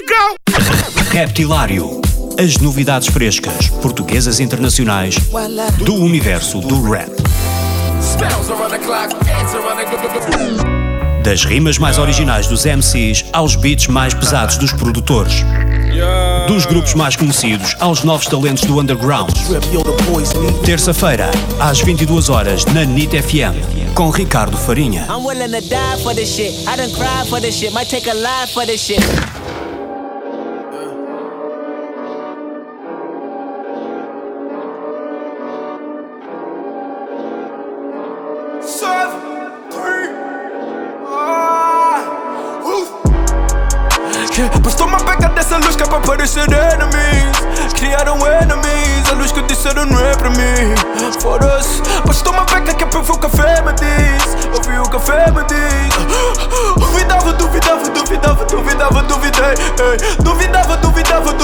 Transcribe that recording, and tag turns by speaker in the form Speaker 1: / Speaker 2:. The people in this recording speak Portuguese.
Speaker 1: we go!
Speaker 2: Reptilário. As novidades frescas, portuguesas e internacionais, do universo do rap. Das rimas mais originais dos MCs aos beats mais pesados dos produtores. Dos grupos mais conhecidos aos novos talentos do underground. Terça-feira, às 22 horas, na NIT FM, com Ricardo Farinha.
Speaker 3: I'm willing to die for this shit. I done cried for this shit. Might take a life for this shit.
Speaker 4: Bastou uma beca dessa luz que é para parecer enemies. Criaram enemies, a luz que disseram não é para mim. Foda-se, bastou uma beca que é para ouvir o café me diz. Ouvi o café me diz. Duvidava, duvidei. Duvidava,